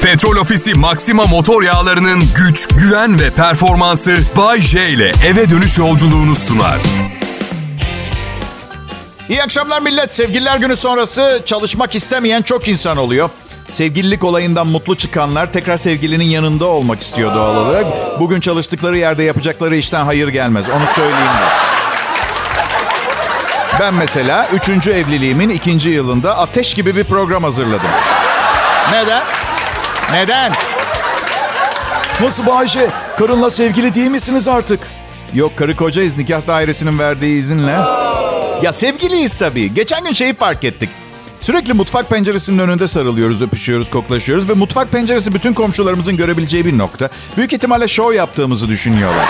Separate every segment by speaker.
Speaker 1: Petrol Ofisi Maxima motor yağlarının güç, güven ve performansı Bay J ile eve dönüş yolculuğunu sunar.
Speaker 2: İyi akşamlar millet. Sevgililer günü sonrası çalışmak istemeyen çok insan oluyor. Sevgililik olayından mutlu çıkanlar tekrar sevgilinin yanında olmak istiyor doğal olarak. Bugün çalıştıkları yerde yapacakları işten hayır gelmez. Onu söyleyeyim ben. Ben mesela 3. evliliğimin 2. yılında ateş gibi bir program hazırladım. Neden?
Speaker 3: Nasıl Bayce? Karınla sevgili değil misiniz artık?
Speaker 2: Yok, karı kocayız, nikah dairesinin verdiği izinle. Ya sevgiliyiz tabii. Geçen gün şeyi fark ettik. Sürekli mutfak penceresinin önünde sarılıyoruz, öpüşüyoruz, koklaşıyoruz. Ve mutfak penceresi bütün komşularımızın görebileceği bir nokta. Büyük ihtimalle şov yaptığımızı düşünüyorlar.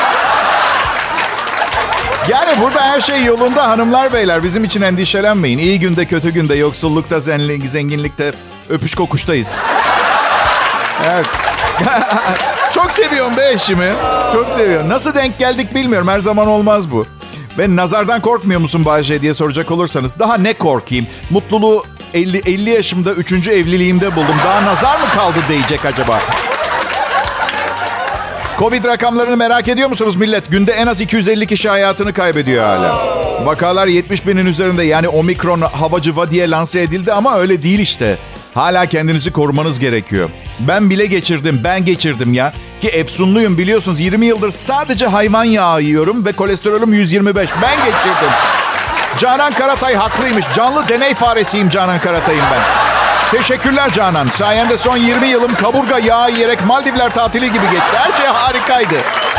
Speaker 2: Yani burada her şey yolunda hanımlar beyler. Bizim için endişelenmeyin. İyi günde kötü günde, yoksullukta zenginlikte öpüş kokuştayız. Evet. Çok seviyorum be eşimi. Çok seviyorum. Nasıl denk geldik bilmiyorum. Her zaman olmaz bu. Ben nazardan korkmuyor musun Bayce diye soracak olursanız. Daha ne korkayım? Mutluluğu 50 yaşımda 3. evliliğimde buldum. Daha nazar mı kaldı diyecek acaba? Covid rakamlarını merak ediyor musunuz millet? Günde en az 250 kişi hayatını kaybediyor hala. Vakalar 70 binin üzerinde. Yani omikron havacıva diye lanse edildi ama öyle değil işte. Hala kendinizi korumanız gerekiyor. Ben bile geçirdim. Ben geçirdim ya. Ki Epsunluyum biliyorsunuz. 20 yıldır sadece hayvan yağı yiyorum ve kolesterolüm 125. Ben geçirdim. Canan Karatay haklıymış. Canlı deney faresiyim Canan Karatay'ım ben. Teşekkürler Canan. Sayende son 20 yılım kaburga yağı yiyerek Maldivler tatili gibi geçti. Her şey harikaydı.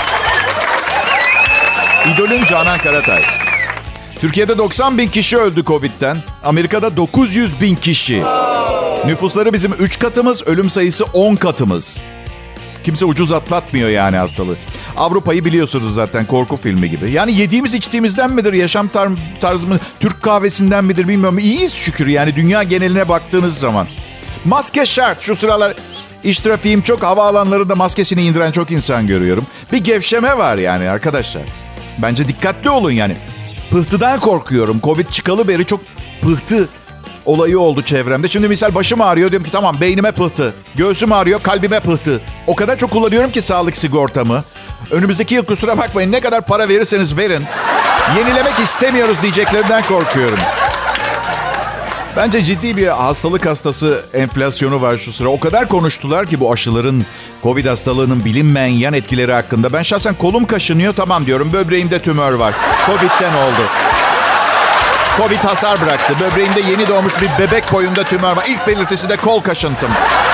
Speaker 2: İdolün Canan Karatay. Türkiye'de 90 bin kişi öldü Covid'den. Amerika'da 900 bin kişi. Nüfusları bizim 3 katımız, ölüm sayısı 10 katımız. Kimse ucuz atlatmıyor yani hastalığı. Avrupa'yı biliyorsunuz zaten, korku filmi gibi. Yani yediğimiz içtiğimizden midir, yaşam tarzımız, Türk kahvesinden midir bilmiyorum. İyiyiz şükür yani dünya geneline baktığınız zaman. Maske şart. Şu sıralar iş trafiğim çok, havaalanlarında maskesini indiren çok insan görüyorum. Bir gevşeme var yani arkadaşlar. Bence dikkatli olun yani. Pıhtıdan korkuyorum. Covid çıkalı beri çok pıhtı olayı oldu çevremde. Şimdi misal başım ağrıyor, diyorum ki tamam beynime pıhtı. Göğsüm ağrıyor, kalbime pıhtı. O kadar çok kullanıyorum ki sağlık sigortamı. Önümüzdeki yıl kusura bakmayın, ne kadar para verirseniz verin, yenilemek istemiyoruz diyeceklerinden korkuyorum. Bence ciddi bir hastalık hastası enflasyonu var şu sıra. O kadar konuştular ki bu aşıların, Covid hastalığının bilinmeyen yan etkileri hakkında. Ben şahsen kolum kaşınıyor, tamam diyorum, böbreğimde tümör var. Covid'den oldu. Covid hasar bıraktı. Böbreğimde yeni doğmuş bir bebek boyunda tümör var. İlk belirtisi de kol kaşıntım.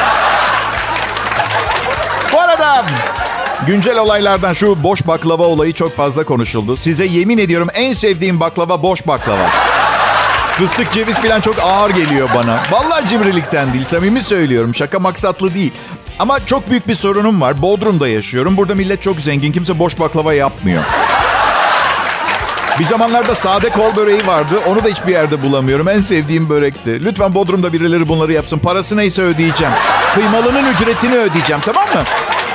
Speaker 2: Bu arada güncel olaylardan şu boş baklava olayı çok fazla konuşuldu. Size yemin ediyorum en sevdiğim baklava boş baklava. Fıstık, ceviz falan çok ağır geliyor bana. Vallahi cimrilikten değil, samimi söylüyorum. Şaka maksatlı değil. Ama çok büyük bir sorunum var. Bodrum'da yaşıyorum. Burada millet çok zengin. Kimse boş baklava yapmıyor. Bir zamanlarda sade kol böreği vardı. Onu da hiçbir yerde bulamıyorum. En sevdiğim börekti. Lütfen Bodrum'da birileri bunları yapsın. Parası neyse ödeyeceğim. Kıymalının ücretini ödeyeceğim, tamam mı?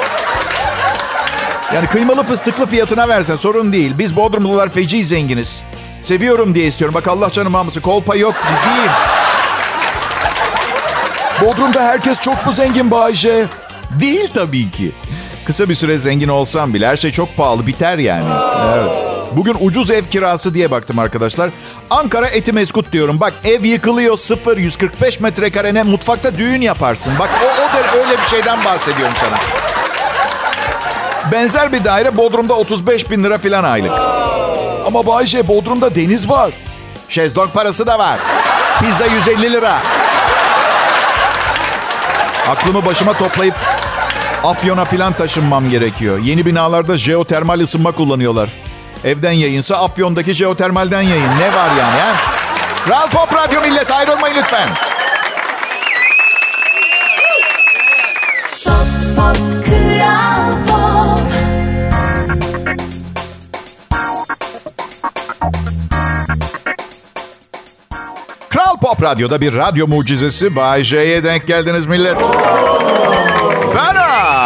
Speaker 2: Yani kıymalı fıstıklı fiyatına versen sorun değil. Biz Bodrumlular feci zenginiz. Seviyorum diye istiyorum. Bak Allah canım almasın. Kolpa yok, ciddiyim.
Speaker 3: Bodrum'da herkes çok mu zengin Bayce?
Speaker 2: Değil tabii ki. Kısa bir süre zengin olsam bile her şey çok pahalı, biter yani. Evet. Bugün ucuz ev kirası diye baktım arkadaşlar. Ankara Etimeskut diyorum. Bak ev yıkılıyor, 145 metrekarene mutfakta düğün yaparsın. Bak öyle bir şeyden bahsediyorum sana. Benzer bir daire Bodrum'da 35 bin lira falan aylık.
Speaker 3: Ama Bayce, Bodrum'da deniz var.
Speaker 2: Şezlong parası da var. Pizza 150 lira. Aklımı başıma toplayıp Afyon'a falan taşınmam gerekiyor. Yeni binalarda jeotermal ısınma kullanıyorlar. Evden yayınsa Afyon'daki jeotermalden yayın. Ne var yani ha? Kral Pop Radyo millet, ayrılmayın lütfen.
Speaker 4: Pop, pop, Kral Pop.
Speaker 2: Kral Pop Radyo'da bir radyo mucizesi Bay J'ye denk geldiniz millet. Ben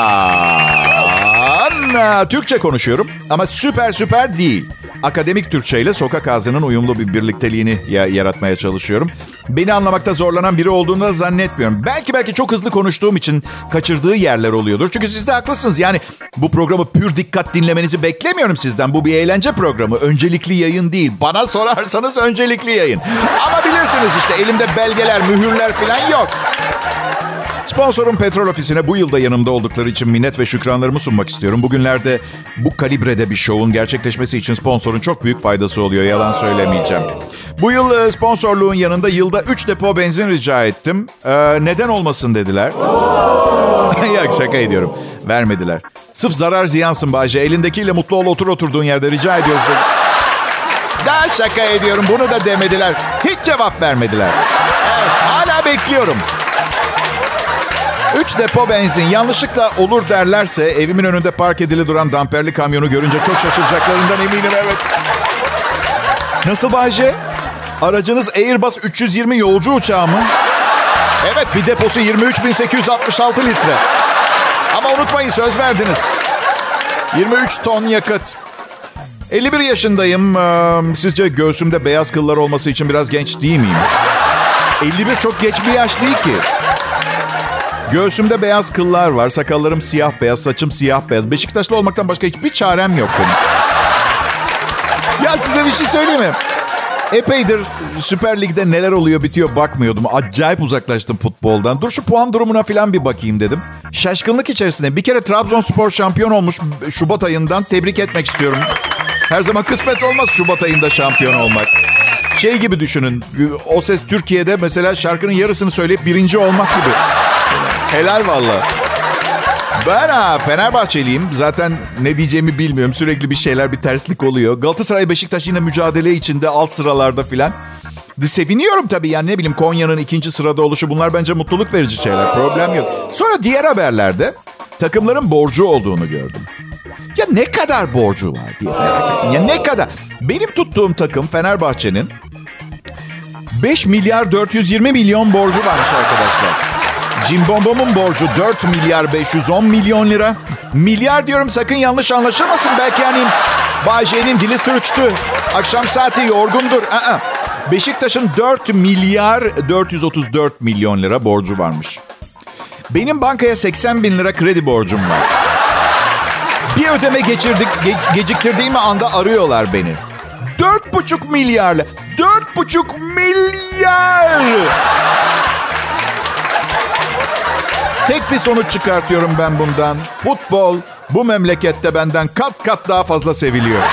Speaker 2: Türkçe konuşuyorum ama süper değil. Akademik Türkçe ile sokak ağzının uyumlu bir birlikteliğini yaratmaya çalışıyorum. beni anlamakta zorlanan biri olduğunu da zannetmiyorum. Belki çok hızlı konuştuğum için kaçırdığı yerler oluyordur. Çünkü siz de haklısınız. Yani bu programı pür dikkat dinlemenizi beklemiyorum sizden. Bu bir eğlence programı. Öncelikli yayın değil. Bana sorarsanız öncelikli yayın. Ama bilirsiniz işte elimde belgeler, mühürler falan yok. Sponsorum Petrol Ofisi'ne bu yılda yanımda oldukları için minnet ve şükranlarımı sunmak istiyorum. Bugünlerde bu kalibrede bir şovun gerçekleşmesi için sponsorun çok büyük faydası oluyor. Yalan söylemeyeceğim. Bu yıl sponsorluğun yanında yılda 3 depo benzin rica ettim. Neden olmasın dediler. Yok, şaka ediyorum. Vermediler. Sırf zarar ziyansın Bayce. Elindekiyle mutlu ol, oturduğun yerde rica ediyoruz dedi. Daha şaka ediyorum. Bunu da demediler. Hiç cevap vermediler. Evet, hala bekliyorum. 3 depo benzin. Yanlışlıkla olur derlerse evimin önünde park edili duran damperli kamyonu görünce çok şaşıracaklarından eminim, evet. Nasıl Bayce? Aracınız Airbus 320 yolcu uçağı mı? Evet, bir deposu 23.866 litre. Ama unutmayın, söz verdiniz. 23 ton yakıt. 51 yaşındayım. Sizce göğsümde beyaz kıllar olması için biraz genç değil miyim? 51 çok geç bir yaş değil ki. Göğsümde beyaz kıllar var. Sakallarım siyah beyaz, saçım siyah beyaz. Beşiktaşlı olmaktan başka hiçbir çarem yok benim. Ya size bir şey söyleyeyim mi? Epeydir Süper Lig'de neler oluyor bitiyor bakmıyordum. Acayip uzaklaştım futboldan. Dur şu puan durumuna falan bir bakayım dedim. Şaşkınlık içerisinde. Bir kere Trabzonspor şampiyon olmuş Şubat ayından. Tebrik etmek istiyorum. Her zaman kısmet olmaz Şubat ayında şampiyon olmak. Şey gibi düşünün. O Ses Türkiye'de mesela şarkının yarısını söyleyip birinci olmak gibi. Helal valla. Ben Fenerbahçeliyim. Zaten ne diyeceğimi bilmiyorum. Sürekli bir şeyler, bir terslik oluyor. Galatasaray, Beşiktaş yine mücadele içinde alt sıralarda filan. Seviniyorum tabii, yani ne bileyim, Konya'nın 2. sırada oluşu, bunlar bence mutluluk verici şeyler. Problem yok. Sonra diğer haberlerde takımların borcu olduğunu gördüm. Ya ne kadar borcu var diye merak ettim. Ya ne kadar? Benim tuttuğum takım Fenerbahçe'nin 5 milyar 420 milyon borcu varmış arkadaşlar. Cimbombo'mun borcu 4 milyar 510 milyon lira. Milyar diyorum, sakın yanlış anlaşılmasın. Belki yani Bayce'nin dili sürçtü. Akşam saati yorgundur. Beşiktaş'ın 4 milyar 434 milyon lira borcu varmış. Benim bankaya 80 bin lira kredi borcum var. Bir ödeme geciktirdiğim anda arıyorlar beni. 4,5 milyarla. 4,5 milyar! Tek bir sonuç çıkartıyorum ben bundan. Futbol bu memlekette benden kat kat daha fazla seviliyor.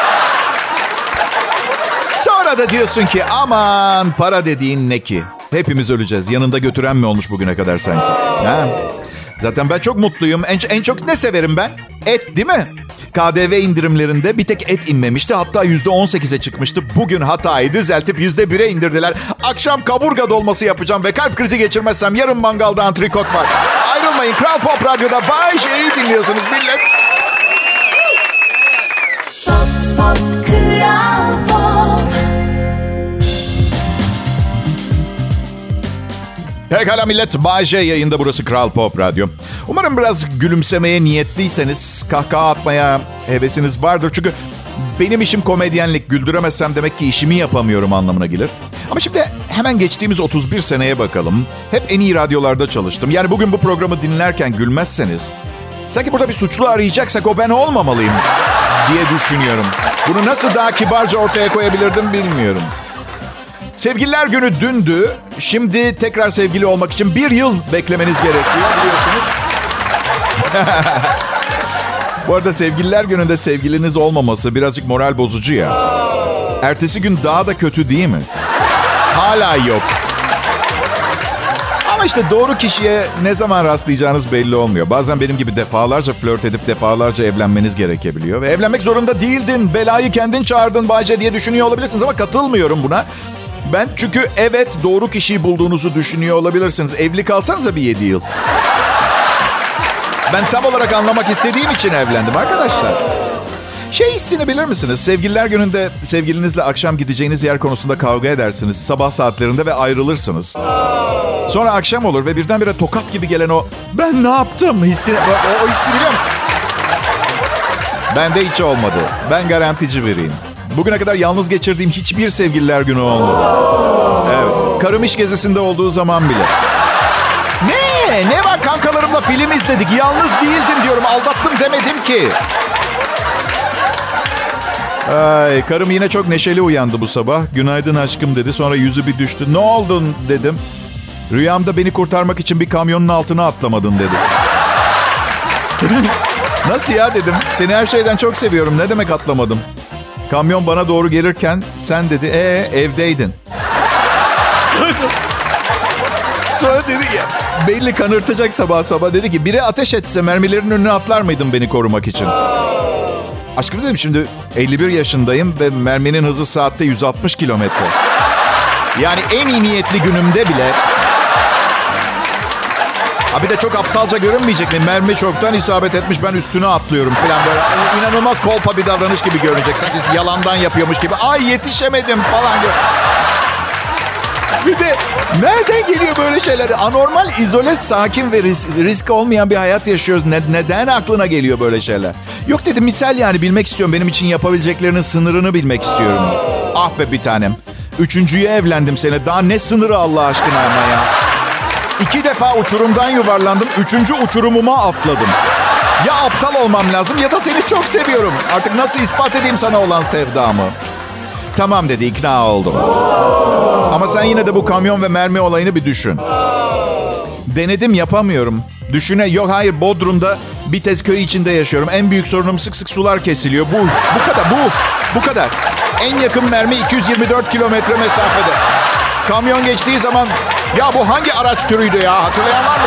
Speaker 2: Sonra da diyorsun ki aman para dediğin ne ki? Hepimiz öleceğiz. Yanında götüren mi olmuş bugüne kadar sanki? Ha? Zaten ben çok mutluyum. En çok ne severim ben? Et, değil mi? KDV indirimlerinde bir tek et inmemişti. Hatta %18'e çıkmıştı. Bugün hatayı düzeltip %1'e indirdiler. Akşam kaburga dolması yapacağım ve kalp krizi geçirmezsem yarın mangalda antrikot var. Ayrılmayın. Kral Pop Radyo'da Bay J'yi dinliyorsunuz millet.
Speaker 4: Pop, pop, Kral Pop.
Speaker 2: Pekala millet, Bay J yayında, burası Kral Pop Radyo. Umarım biraz gülümsemeye niyetliyseniz, kahkaha atmaya hevesiniz vardır. Çünkü benim işim komedyenlik, güldüremezsem demek ki işimi yapamıyorum anlamına gelir. Ama şimdi hemen geçtiğimiz 31 seneye bakalım. Hep en iyi radyolarda çalıştım. Yani bugün bu programı dinlerken gülmezseniz, sanki burada bir suçlu arayacaksak o ben olmamalıyım diye düşünüyorum. Bunu nasıl daha kibarca ortaya koyabilirdim bilmiyorum. Sevgililer günü dündü. Şimdi tekrar sevgili olmak için 1 yıl beklemeniz gerekiyor, biliyorsunuz. Bu arada sevgililer gününde sevgiliniz olmaması birazcık moral bozucu ya. Ertesi gün daha da kötü değil mi? Hala yok. Ama işte doğru kişiye ne zaman rastlayacağınız belli olmuyor. Bazen benim gibi defalarca flört edip defalarca evlenmeniz gerekebiliyor. Ve evlenmek zorunda değildin. Belayı kendin çağırdın Bayce diye düşünüyor olabilirsiniz ama katılmıyorum buna. Ben çünkü evet, doğru kişiyi bulduğunuzu düşünüyor olabilirsiniz. Evli kalsanıza bir 7 yıl. Ben tam olarak anlamak istediğim için evlendim arkadaşlar. Şey hissini bilir misiniz? Sevgililer gününde sevgilinizle akşam gideceğiniz yer konusunda kavga edersiniz. Sabah saatlerinde ve ayrılırsınız. Sonra akşam olur ve birdenbire tokat gibi gelen o ben ne yaptım hissini, o hissi biliyor musun? Bende hiç olmadı. Ben garantici biriyim. Bugüne kadar yalnız geçirdiğim hiçbir sevgililer günü olmadı. Evet. Karım iş gezisinde olduğu zaman bile. Ne var, kankalarımla film izledik. Yalnız değildim diyorum. Aldattım demedim ki. Ay, karım yine çok neşeli uyandı bu sabah. Günaydın aşkım dedi. Sonra yüzü bir düştü. Ne oldun dedim. Rüyamda beni kurtarmak için bir kamyonun altına atlamadın dedi. Nasıl ya dedim. Seni her şeyden çok seviyorum. Ne demek atlamadım? Kamyon bana doğru gelirken sen dedi evdeydin. Sonra dedi ki belli kanırtacak sabah sabah. Dedi ki biri ateş etse mermilerin önüne atlar mıydın beni korumak için? Aşkım dedim, şimdi 51 yaşındayım ve merminin hızı saatte 160 kilometre. Yani en iyi niyetli günümde bile... Abi de çok aptalca görünmeyecek mi? Mermi çoktan isabet etmiş, ben üstüne atlıyorum falan böyle. İnanılmaz kolpa bir davranış gibi görünecek. Sanki yalandan yapıyormuş gibi. Ay yetişemedim falan gibi. Bir de nereden geliyor böyle şeyler? Anormal, izole, sakin ve risk olmayan bir hayat yaşıyoruz. Neden aklına geliyor böyle şeyler? Yok dedim, misal yani bilmek istiyorum. Benim için yapabileceklerinin sınırını bilmek istiyorum. Ah be bir tanem. 3'üncüye evlendim seni. Daha ne sınırı Allah aşkına ama ya. 2 defa uçurumdan yuvarlandım. 3. uçurumuma atladım. Ya aptal olmam lazım ya da seni çok seviyorum. Artık nasıl ispat edeyim sana olan sevdamı? Tamam dedi, ikna oldum. Ama sen yine de bu kamyon ve mermi olayını bir düşün. Denedim, yapamıyorum. Yok hayır, Bodrum'da Bitez köyü içinde yaşıyorum. En büyük sorunum sık sık sular kesiliyor. Bu kadar. En yakın mermi 224 kilometre mesafede. Kamyon geçtiği zaman ya bu hangi araç türüydü ya, hatırlayan var mı?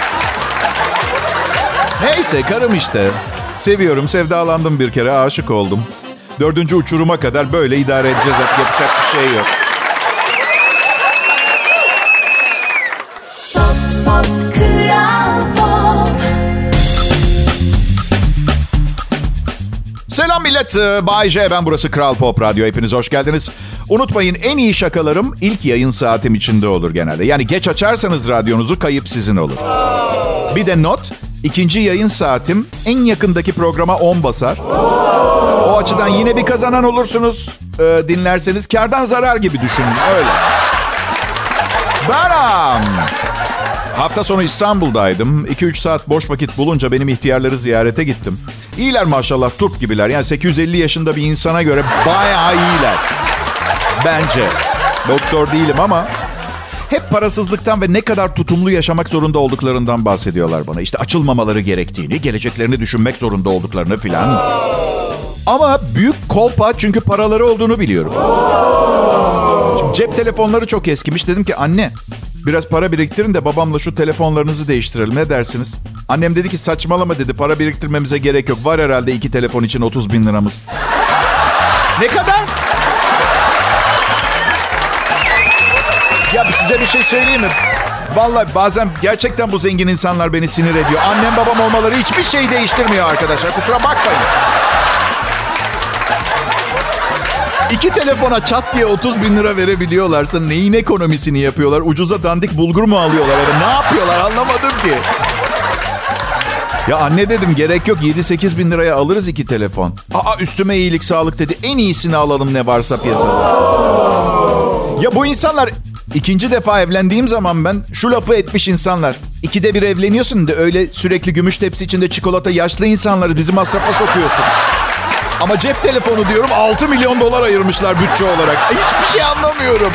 Speaker 2: Neyse, karım işte. Seviyorum, sevdalandım bir kere, aşık oldum. 4. uçuruma kadar böyle idare edeceğiz, artık yapacak bir şey yok. Selam millet, Bay J, ben burası Kral Pop Radyo. Hepiniz hoş geldiniz. Unutmayın, en iyi şakalarım ilk yayın saatim içinde olur genelde. Yani geç açarsanız radyonuzu kayıp sizin olur. Bir de not, 2. yayın saatim en yakındaki programa 10 basar. O açıdan yine bir kazanan olursunuz. Dinlerseniz kârdan zarar gibi düşünün, öyle. Beram. Hafta sonu İstanbul'daydım. 2-3 saat boş vakit bulunca benim ihtiyarları ziyarete gittim. İyiler maşallah, turp gibiler. Yani 850 yaşında bir insana göre bayağı iyiler. Bence. Doktor değilim ama hep parasızlıktan ve ne kadar tutumlu yaşamak zorunda olduklarından bahsediyorlar bana. İşte açılmamaları gerektiğini, geleceklerini düşünmek zorunda olduklarını filan. Ama büyük kolpa, çünkü paraları olduğunu biliyorum. Şimdi cep telefonları çok eskimiş. Dedim ki anne, biraz para biriktirin de babamla şu telefonlarınızı değiştirelim. Ne dersiniz? Annem dedi ki saçmalama dedi. Para biriktirmemize gerek yok. Var herhalde 2 telefon için 30 bin liramız. Ne kadar? Ya size bir şey söyleyeyim mi? Vallahi bazen gerçekten bu zengin insanlar beni sinir ediyor. Annem babam olmaları hiçbir şey değiştirmiyor arkadaşlar. Kusura bakmayın. 2 telefona çat diye 30 bin lira verebiliyorlarsa neyin ekonomisini yapıyorlar? Ucuza dandik bulgur mu alıyorlar? Ne yapıyorlar anlamadım ki. Ya anne dedim, gerek yok, 7-8 bin liraya alırız 2 telefon. Üstüme iyilik sağlık dedi. En iyisini alalım ne varsa piyasada. Ya bu insanlar, 2. defa evlendiğim zaman ben şu lafı etmiş insanlar. 2'de 1 evleniyorsun da öyle sürekli gümüş tepsi içinde çikolata, yaşlı insanları bizi masrafa sokuyorsun. Ama cep telefonu diyorum, 6 milyon dolar ayırmışlar bütçe olarak. Hiçbir şey anlamıyorum.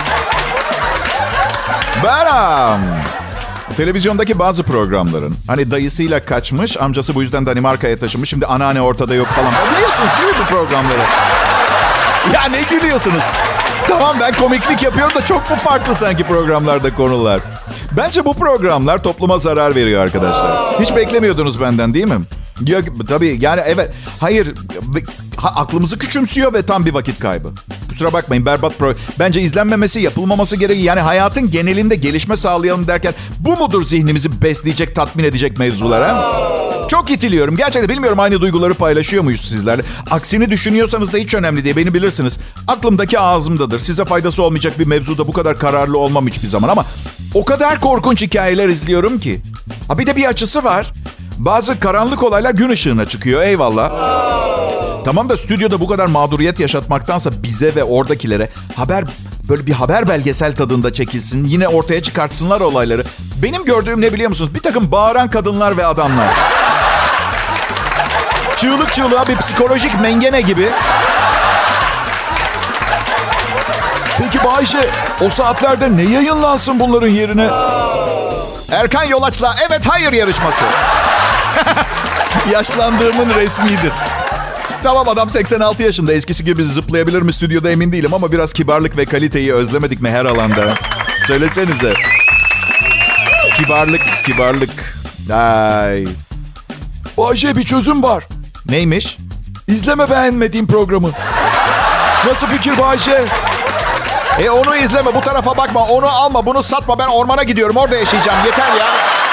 Speaker 2: Beram. Televizyondaki bazı programların hani dayısıyla kaçmış, amcası bu yüzden Danimarka'ya taşınmış, şimdi anneanne ortada yok falan. Biliyorsunuz değil mi bu programları? Ya ne gülüyorsunuz? Tamam, ben komiklik yapıyorum da çok mu farklı sanki programlarda konular? Bence bu programlar topluma zarar veriyor arkadaşlar. Hiç beklemiyordunuz benden değil mi? Ya, tabii yani evet. Hayır, aklımızı küçümsüyor ve tam bir vakit kaybı. Kusura bakmayın, berbat bence izlenmemesi, yapılmaması gerekiyor. Yani hayatın genelinde gelişme sağlayalım derken bu mudur zihnimizi besleyecek, tatmin edecek mevzular ha? Çok itiliyorum. Gerçekten bilmiyorum, aynı duyguları paylaşıyor muyuz sizlerle? Aksini düşünüyorsanız da hiç önemli değil. Beni bilirsiniz. Aklımdaki ağzımdadır. Size faydası olmayacak bir mevzuda bu kadar kararlı olmam hiçbir zaman. Ama o kadar korkunç hikayeler izliyorum ki. Bir de bir açısı var. Bazı karanlık olaylar gün ışığına çıkıyor. Eyvallah. Tamam da stüdyoda bu kadar mağduriyet yaşatmaktansa bize ve oradakilere haber böyle bir haber belgesel tadında çekilsin. Yine ortaya çıkartsınlar olayları. Benim gördüğüm ne biliyor musunuz? Bir takım bağıran kadınlar ve adamlar. Çığlık çığlığa bir psikolojik mengene gibi.
Speaker 3: Peki Bayşe, o saatlerde ne yayınlansın bunların yerine?
Speaker 2: Erkan Yolaç'la evet hayır yarışması. Yaşlandığımın resmidir. Tamam, adam 86 yaşında. Eskisi gibi zıplayabilir mi stüdyoda emin değilim ama biraz kibarlık ve kaliteyi özlemedik mi her alanda? Söylesenize. Kibarlık. Ay.
Speaker 3: Bayşe, bir çözüm var.
Speaker 2: Neymiş?
Speaker 3: İzleme beğenmediğim programı. Nasıl fikir Bayşe?
Speaker 2: Onu izleme, bu tarafa bakma, onu alma, bunu satma. Ben ormana gidiyorum, orada yaşayacağım. Yeter ya.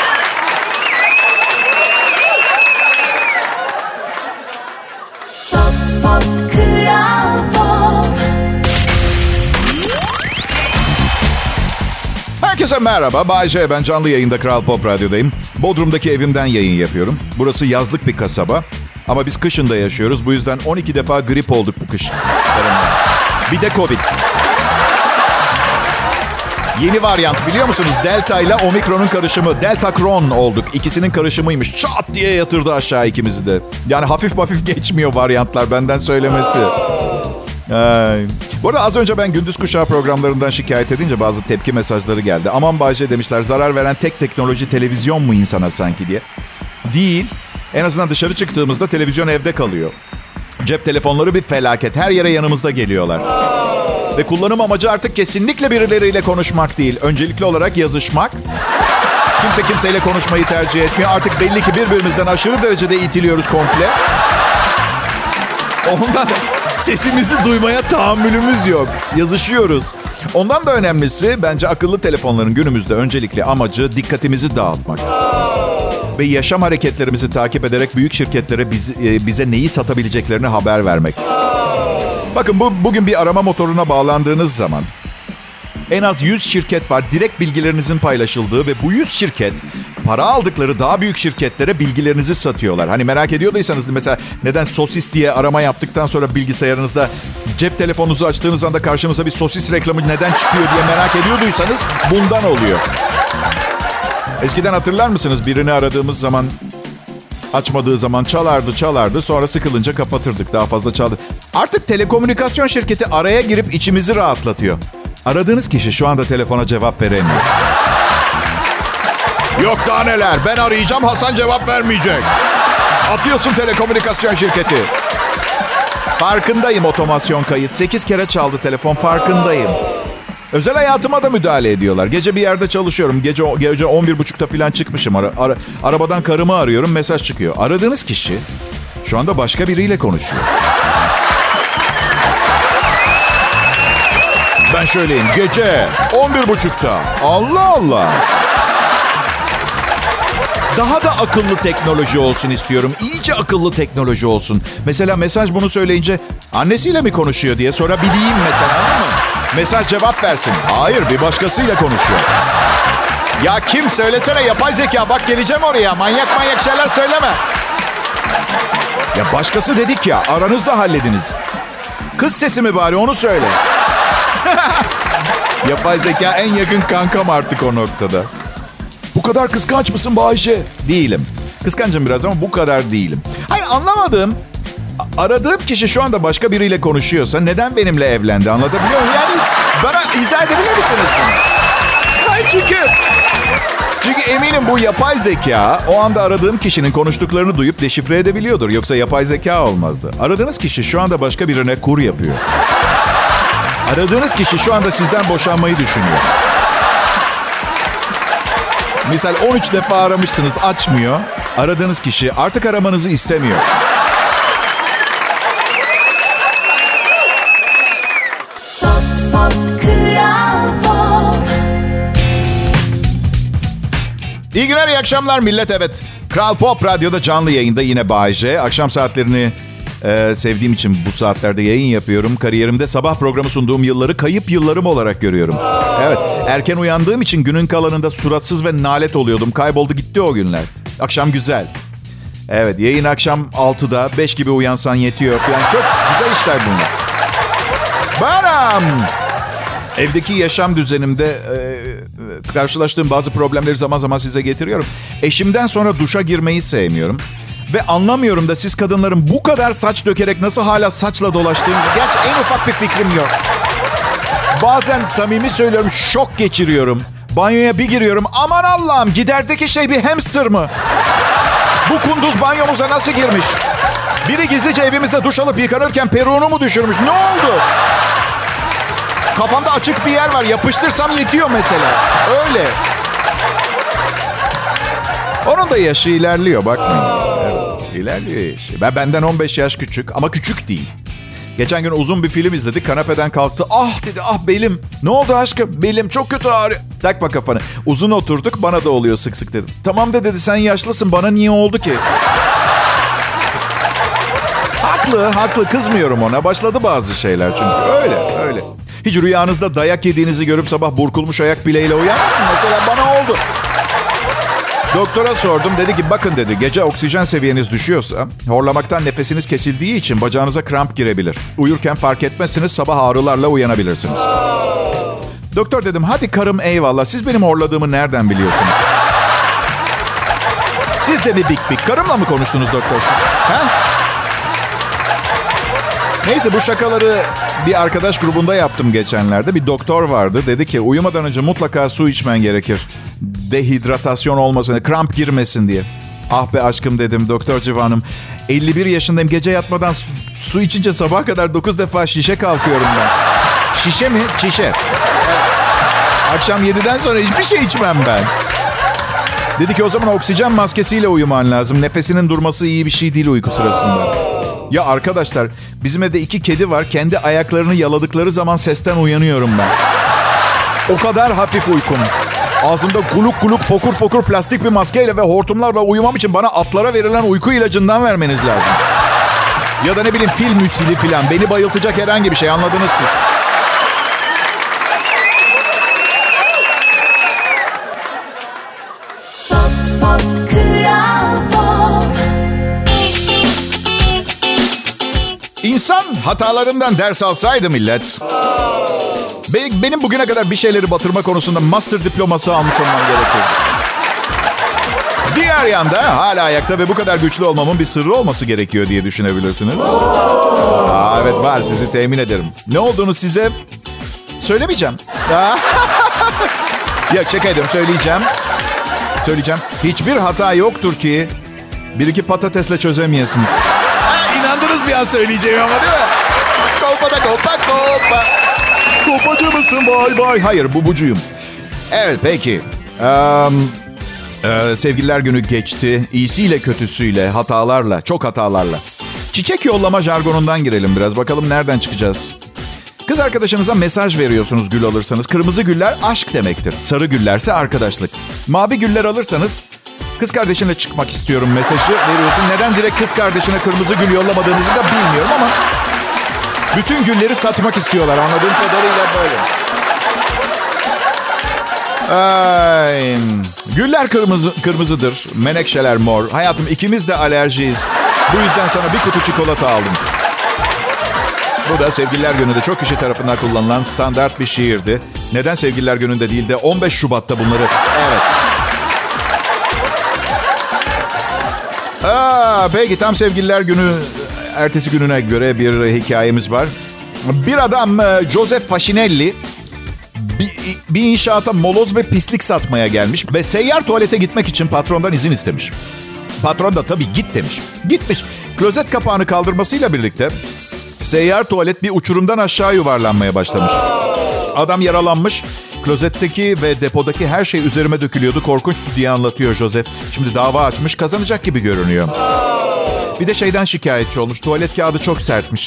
Speaker 2: Herkese merhaba. Bay J, ben canlı yayında Kral Pop Radyo'dayım. Bodrum'daki evimden yayın yapıyorum. Burası yazlık bir kasaba. Ama biz kışında yaşıyoruz. Bu yüzden 12 defa grip olduk bu kış. Bir de Covid. Yeni varyant biliyor musunuz? Delta ile Omikron'un karışımı. Delta Kron olduk. İkisinin karışımıymış. Çat diye yatırdı aşağı ikimizi de. Yani hafif geçmiyor varyantlar, benden söylemesi. Bu arada az önce ben gündüz kuşağı programlarından şikayet edince bazı tepki mesajları geldi. Aman Bayce demişler, zarar veren tek teknoloji televizyon mu insana sanki diye. Değil. En azından dışarı çıktığımızda televizyon evde kalıyor. Cep telefonları bir felaket. Her yere yanımızda geliyorlar. Ve kullanım amacı artık kesinlikle birileriyle konuşmak değil. Öncelikli olarak yazışmak. Kimse kimseyle konuşmayı tercih etmiyor. Artık belli ki birbirimizden aşırı derecede itiliyoruz komple. Ondan sesimizi duymaya tahammülümüz yok. Yazışıyoruz. Ondan da önemlisi bence akıllı telefonların günümüzde öncelikli amacı dikkatimizi dağıtmak. Ve yaşam hareketlerimizi takip ederek büyük şirketlere bize neyi satabileceklerini haber vermek. Bakın bugün bir arama motoruna bağlandığınız zaman en az 100 şirket var direkt bilgilerinizin paylaşıldığı ve bu 100 şirket para aldıkları daha büyük şirketlere bilgilerinizi satıyorlar. Hani merak ediyorduysanız mesela neden sosis diye arama yaptıktan sonra bilgisayarınızda cep telefonunuzu açtığınız anda karşınıza bir sosis reklamı neden çıkıyor diye merak ediyorduysanız bundan oluyor. Eskiden hatırlar mısınız, birini aradığımız zaman açmadığı zaman çalardı sonra sıkılınca kapatırdık, daha fazla çaldı. Artık telekomünikasyon şirketi araya girip içimizi rahatlatıyor. Aradığınız kişi şu anda telefona cevap veremiyor. Yok daha neler, ben arayacağım, Hasan cevap vermeyecek. Atıyorsun telekomünikasyon şirketi. Farkındayım, otomasyon kayıt. 8 kere çaldı telefon, farkındayım. Özel hayatıma da müdahale ediyorlar. Gece bir yerde çalışıyorum. Gece 11.30'da falan çıkmışım. Arabadan karımı arıyorum, mesaj çıkıyor. Aradığınız kişi şu anda başka biriyle konuşuyor. Ben şöyleyim, gece 11.30'da. Allah Allah. Daha da akıllı teknoloji olsun istiyorum. İyice akıllı teknoloji olsun. Mesela mesaj bunu söyleyince annesiyle mi konuşuyor diye sorabileyim mesela, değil mi? Mesaj cevap versin. Hayır, bir başkasıyla konuşuyor. Ya kim, söylesene, yapay zeka, bak geleceğim oraya. Manyak şeyler söyleme. Ya başkası dedik ya, aranızda hallediniz. Kız sesi mi bari, onu söyle. Yapay zeka en yakın kankam artık o noktada.
Speaker 3: Bu kadar kıskanç mısın Bayşe?
Speaker 2: Değilim. Kıskancım biraz ama bu kadar değilim. Hayır, anlamadım. Aradığım kişi şu anda başka biriyle konuşuyorsa neden benimle evlendi, anlatabiliyor muyum? Yani bana izah edebilir misiniz bunu? Hayır, çünkü eminim bu yapay zeka o anda aradığım kişinin konuştuklarını duyup deşifre edebiliyordur. Yoksa yapay zeka olmazdı. Aradığınız kişi şu anda başka birine kur yapıyor. Aradığınız kişi şu anda sizden boşanmayı düşünüyor. Misal 13 defa aramışsınız, açmıyor. Aradığınız kişi artık aramanızı istemiyor. İyi günler, iyi akşamlar millet. Evet, Kral Pop Radyo'da canlı yayında yine Bay J. Akşam saatlerini sevdiğim için bu saatlerde yayın yapıyorum. Kariyerimde sabah programı sunduğum yılları kayıp yıllarım olarak görüyorum. Evet, erken uyandığım için günün kalanında suratsız ve nalet oluyordum. Kayboldu gitti o günler. Akşam güzel. Evet, yayın akşam 6'da, 5 gibi uyansan yetiyor. Yani çok güzel işler bunlar. Baram. Evdeki yaşam düzenimde karşılaştığım bazı problemleri zaman zaman size getiriyorum. Eşimden sonra duşa girmeyi sevmiyorum. Ve anlamıyorum da siz kadınların bu kadar saç dökerek nasıl hala saçla dolaştığınızı. Gerçi en ufak bir fikrim yok. Bazen samimi söylüyorum, şok geçiriyorum. Banyoya bir giriyorum. Aman Allah'ım, giderdeki şey bir hamster mı? Bu kunduz banyomuza nasıl girmiş? Biri gizlice evimizde duş alıp yıkanırken peruğunu mu düşürmüş? Ne oldu? Kafamda açık bir yer var. Yapıştırsam yetiyor mesela. Öyle. Onun da yaşı ilerliyor, bakmayın. Evet, ilerliyor yaşı. Benden 15 yaş küçük ama küçük değil. Geçen gün uzun bir film izledik. Kanepeden kalktı. Ah dedi, ah belim. Ne oldu aşkım? Belim çok kötü ağrıyor. Takma kafanı. Uzun oturduk, bana da oluyor sık sık dedim. Tamam da dedi, sen yaşlısın, bana niye oldu ki? Haklı. Kızmıyorum ona. Başladı bazı şeyler çünkü. Öyle. Hiç rüyanızda dayak yediğinizi görüp sabah burkulmuş ayak bileğiyle uyanmadın mı? Mesela bana oldu. Doktora sordum. Dedi ki bakın dedi, gece oksijen seviyeniz düşüyorsa horlamaktan nefesiniz kesildiği için bacağınıza kramp girebilir. Uyurken fark etmezsiniz, sabah ağrılarla uyanabilirsiniz. Doktor dedim, hadi karım eyvallah, siz benim horladığımı nereden biliyorsunuz? Siz de mi bik karımla mı konuştunuz doktor siz? Ha? Neyse, bu şakaları bir arkadaş grubunda yaptım geçenlerde. Bir doktor vardı. Dedi ki uyumadan önce mutlaka su içmen gerekir. Dehidratasyon olmasın, kramp girmesin diye. Ah be aşkım dedim, doktor civanım. 51 yaşındayım, gece yatmadan su içince sabaha kadar 9 defa şişe kalkıyorum ben. Şişe mi? Şişe. Akşam 7'den sonra hiçbir şey içmem ben. Dedi ki o zaman oksijen maskesiyle uyuman lazım. Nefesinin durması iyi bir şey değil uyku sırasında. Ya arkadaşlar, bizim evde 2 kedi var. Kendi ayaklarını yaladıkları zaman sesten uyanıyorum ben. O kadar hafif uykum. Ağzımda guluk fokur fokur plastik bir maskeyle ve hortumlarla uyumam için bana atlara verilen uyku ilacından vermeniz lazım. Ya da ne bileyim fil müsili falan. Beni bayıltacak herhangi bir şey, anladınız siz. İnsan hatalarından ders alsaydı millet. Benim bugüne kadar bir şeyleri batırma konusunda master diploması almış olmam gerekirdi. Diğer yanda hala ayakta ve bu kadar güçlü olmamın bir sırrı olması gerekiyor diye düşünebilirsiniz. Evet var, sizi temin ederim. Ne olduğunu size söylemeyeceğim. Ya şaka ediyorum, söyleyeceğim. Hiçbir hata yoktur ki 1-2 patatesle çözemeyesiniz. İnandınız bir an söyleyeceğim ama değil mi? Kolpa. Kopacı mısın? Bay. Hayır, bubucuyum. Evet, peki. Sevgililer günü geçti. İyisiyle kötüsüyle, hatalarla, çok hatalarla. Çiçek yollama jargonundan girelim biraz. Bakalım nereden çıkacağız? Kız arkadaşınıza mesaj veriyorsunuz gül alırsanız. Kırmızı güller aşk demektir. Sarı güllerse arkadaşlık. Mavi güller alırsanız kız kardeşinle çıkmak istiyorum mesajı veriyorsun. Neden direkt kız kardeşine kırmızı gül yollamadığınızı da bilmiyorum ama bütün gülleri satmak istiyorlar. Anladığım kadarıyla böyle. Ay, güller kırmızıdır. Menekşeler mor. Hayatım, ikimiz de alerjiyiz. Bu yüzden sana bir kutu çikolata aldım. Bu da Sevgililer Günü'nde çok kişi tarafından kullanılan standart bir şiirdi. Neden Sevgililer Günü'nde değil de 15 Şubat'ta bunları... Evet. Peki tam Sevgililer Günü ertesi gününe göre bir hikayemiz var. Bir adam Joseph Facinelli bir inşaata moloz ve pislik satmaya gelmiş ve seyyar tuvalete gitmek için patrondan izin istemiş. Patron da tabii git demiş. Gitmiş. Klozet kapağını kaldırmasıyla birlikte seyyar tuvalet bir uçurumdan aşağı yuvarlanmaya başlamış. Adam yaralanmış. Klozetteki ve depodaki her şey üzerime dökülüyordu. Korkunçtu diye anlatıyor Joseph. Şimdi dava açmış, kazanacak gibi görünüyor. Bir de şeyden şikayetçi olmuş. Tuvalet kağıdı çok sertmiş.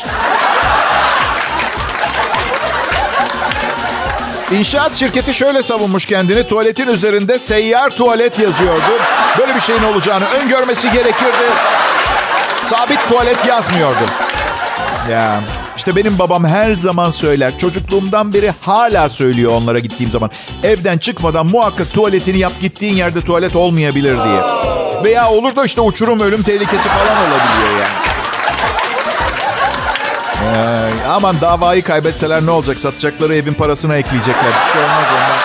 Speaker 2: İnşaat şirketi şöyle savunmuş kendini. Tuvaletin üzerinde seyyar tuvalet yazıyordu. Böyle bir şeyin olacağını öngörmesi gerekirdi. Sabit tuvalet yazmıyordu. Ya işte benim babam her zaman söyler. Çocukluğumdan beri hala söylüyor onlara gittiğim zaman. Evden çıkmadan muhakkak tuvaletini yap, gittiğin yerde tuvalet olmayabilir diye. Veya olur da işte uçurum, ölüm tehlikesi falan olabiliyor yani. Aman davayı kaybetseler ne olacak? Satacakları evin parasına ekleyecekler. Bir şey olmaz ondan.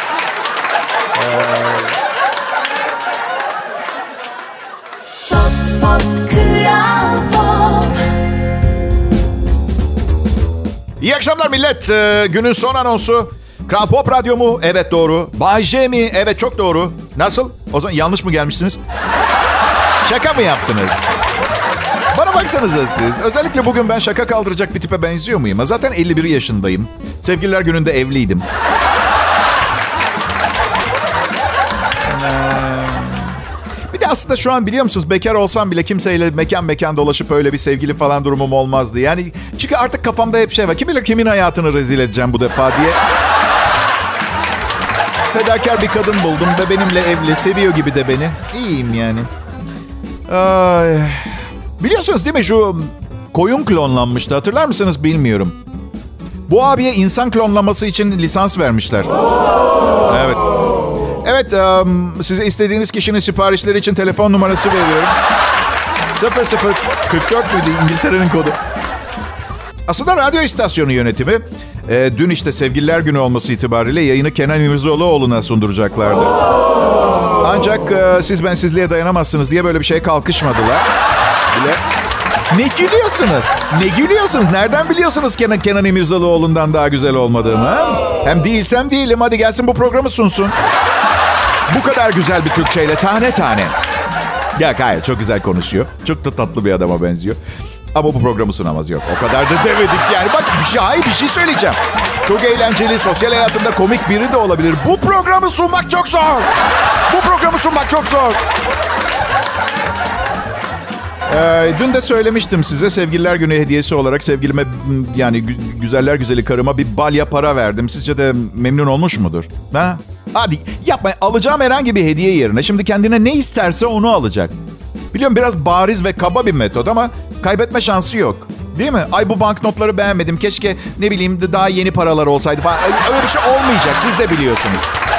Speaker 2: İyi akşamlar millet. Günün son anonsu. Kral Pop Radyo mu? Evet doğru. Bay J mi? Evet çok doğru. Nasıl? O zaman yanlış mı gelmişsiniz? Şaka mı yaptınız? Bana baksanıza siz. Özellikle bugün ben şaka kaldıracak bir tipe benziyor muyum? Zaten 51 yaşındayım. Sevgililer gününde evliydim. Bir de aslında şu an biliyor musunuz? Bekar olsam bile kimseyle mekan dolaşıp öyle bir sevgili falan durumum olmazdı. Yani çünkü artık kafamda hep şey var. Kim bilir kimin hayatını rezil edeceğim bu defa diye. Fedakar bir kadın buldum ve benimle evli. Seviyor gibi de beni. İyiyim yani. Ay. Biliyorsunuz değil mi şu koyun klonlanmıştı. Hatırlar mısınız bilmiyorum. Bu abiye insan klonlaması için lisans vermişler. Evet. Evet, size istediğiniz kişinin siparişleri için telefon numarası veriyorum. 0044 müydü İngiltere'nin kodu? Aslında radyo istasyonu yönetimi dün işte Sevgililer Günü olması itibariyle yayını Kenan İmirzalıoğlu'na sunduracaklardı. Ancak siz bensizliğe dayanamazsınız diye böyle bir şeye kalkışmadılar. Bile. Ne gülüyorsunuz? Ne gülüyorsunuz? Nereden biliyorsunuz Kenan İmirzalıoğlu'ndan daha güzel olmadığımı? Ha? Hem değilsem değilim. Hadi gelsin bu programı sunsun. Bu kadar güzel bir Türkçeyle tane tane. Ya hayır, çok güzel konuşuyor. Çok da tatlı bir adama benziyor. Ama bu programı sunamaz, yok. O kadar da demedik yani. Bak bir şey söyleyeceğim. Çok eğlenceli, sosyal hayatında komik biri de olabilir. Bu programı sunmak çok zor. Bu programı sunmak çok zor. Dün de söylemiştim size, Sevgililer Günü hediyesi olarak sevgilime, yani güzeller güzeli karıma bir balya para verdim. Sizce de memnun olmuş mudur? Ha? Hadi yapmayın. Alacağım herhangi bir hediye yerine şimdi kendine ne isterse onu alacak. Biliyorum biraz bariz ve kaba bir metot ama kaybetme şansı yok. Değil mi? Ay bu banknotları beğenmedim. Keşke ne bileyim daha yeni paralar olsaydı falan. Öyle bir şey olmayacak. Siz de biliyorsunuz.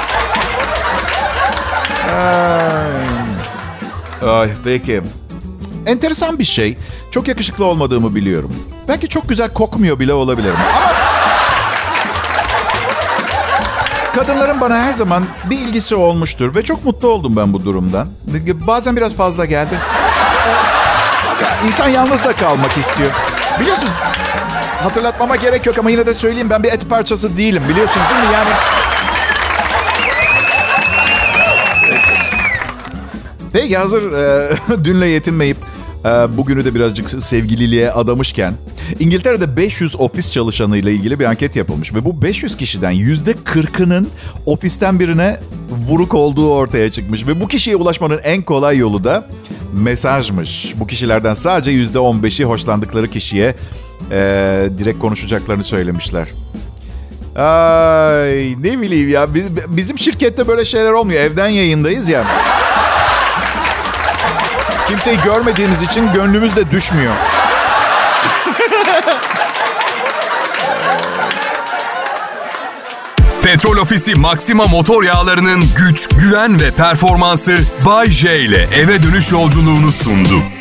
Speaker 2: Ay peki. Enteresan bir şey. Çok yakışıklı olmadığımı biliyorum. Belki çok güzel kokmuyor bile olabilirim. Ama kadınların bana her zaman bir ilgisi olmuştur. Ve çok mutlu oldum ben bu durumdan. Bazen biraz fazla geldi. İnsan yalnız da kalmak istiyor. Biliyorsunuz, hatırlatmama gerek yok ama yine de söyleyeyim, ben bir et parçası değilim. Biliyorsunuz değil mi? Yani... Peki hazır dünle yetinmeyip bugünü de birazcık sevgililiğe adamışken, İngiltere'de 500 ofis çalışanıyla ilgili bir anket yapılmış ve bu 500 kişiden %40'ının ofisten birine vuruk olduğu ortaya çıkmış ve bu kişiye ulaşmanın en kolay yolu da mesajmış. Bu kişilerden sadece %15'i hoşlandıkları kişiye direkt konuşacaklarını söylemişler. Ay ne bileyim ya, bizim şirkette böyle şeyler olmuyor. Evden yayındayız ya. Kimseyi görmediğimiz için gönlümüz de düşmüyor.
Speaker 1: Petrol Ofisi Maxima motor yağlarının güç, güven ve performansı Bay J ile eve dönüş yolculuğunu sundu.